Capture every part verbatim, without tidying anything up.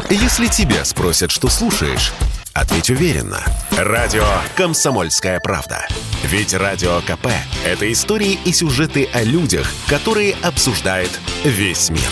Если тебя спросят, что слушаешь, ответь уверенно. Радио «Комсомольская правда». Ведь Радио КП – это истории и сюжеты о людях, которые обсуждает весь мир.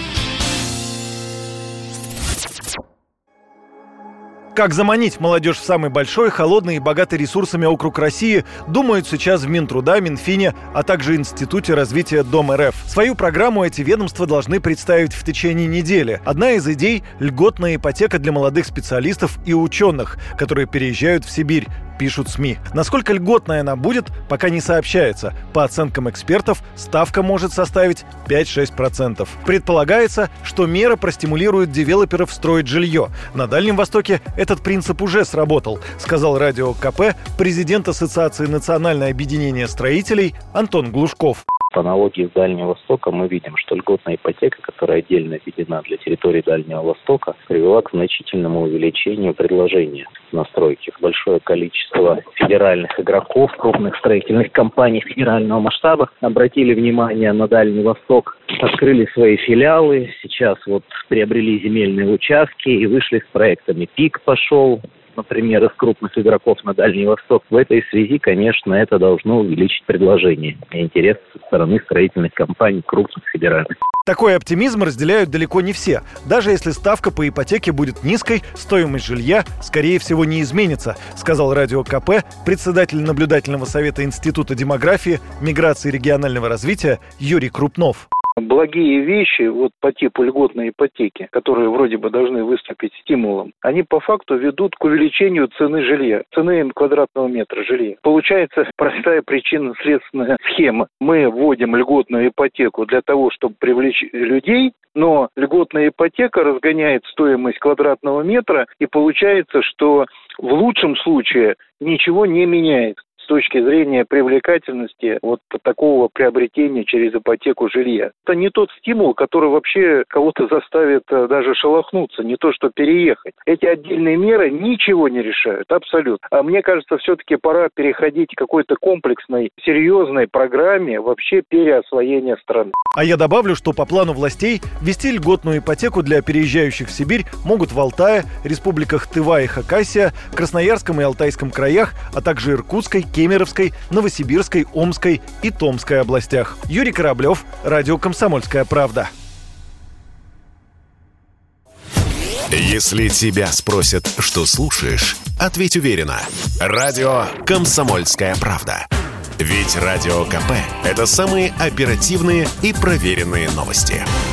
Как заманить молодежь в самый большой, холодный и богатый ресурсами округ России, думают сейчас в Минтруда, Минфине, а также Институте развития ДомРФ. Свою программу эти ведомства должны представить в течение недели. Одна из идей – льготная ипотека для молодых специалистов и ученых, которые переезжают в Сибирь, пишут СМИ. Насколько льготная она будет, пока не сообщается. По оценкам экспертов, ставка может составить пять-шесть процентов. Предполагается, что мера простимулирует девелоперов строить жилье. На Дальнем Востоке этот принцип уже сработал, сказал Радио КП президент Ассоциации национальное объединение строителей Антон Глушков. По аналогии с Дальнего Востока мы видим, что льготная ипотека, которая отдельно введена для территории Дальнего Востока, привела к значительному увеличению предложения на стройке. Большое количество федеральных игроков, крупных строительных компаний федерального масштаба обратили внимание на Дальний Восток, открыли свои филиалы, сейчас вот приобрели земельные участки и вышли с проектами. ПИК пошел, например, из крупных игроков на Дальний Восток. В этой связи, конечно, это должно увеличить предложение и интерес со стороны строительных компаний крупных федеральных. Такой оптимизм разделяют далеко не все. Даже если ставка по ипотеке будет низкой, стоимость жилья, скорее всего, не изменится, сказал Радио КП председатель наблюдательного совета Института демографии, миграции и регионального развития Юрий Крупнов. Благие вещи вот по типу льготной ипотеки, которые вроде бы должны выступить стимулом, они по факту ведут к увеличению цены жилья, цены квадратного метра жилья. Получается простая причинно-следственная схема. Мы вводим льготную ипотеку для того, чтобы привлечь людей, но льготная ипотека разгоняет стоимость квадратного метра, и получается, что в лучшем случае ничего не меняется с точки зрения привлекательности вот такого приобретения через ипотеку жилья. Это не тот стимул, который вообще кого-то заставит даже шелохнуться, не то что переехать. Эти отдельные меры ничего не решают, абсолютно. А мне кажется, все-таки пора переходить к какой-то комплексной, серьезной программе вообще переосвоения страны. А я добавлю, что по плану властей ввести льготную ипотеку для переезжающих в Сибирь могут в Алтае, республиках Тыва и Хакасия, Красноярском и Алтайском краях, а также Иркутской, Кемеровской, Новосибирской, Омской и Томской областях. Юрий Кораблев, Радио «Комсомольская правда». Если тебя спросят, что слушаешь, ответь уверенно. Радио «Комсомольская правда». Ведь Радио КП – это самые оперативные и проверенные новости.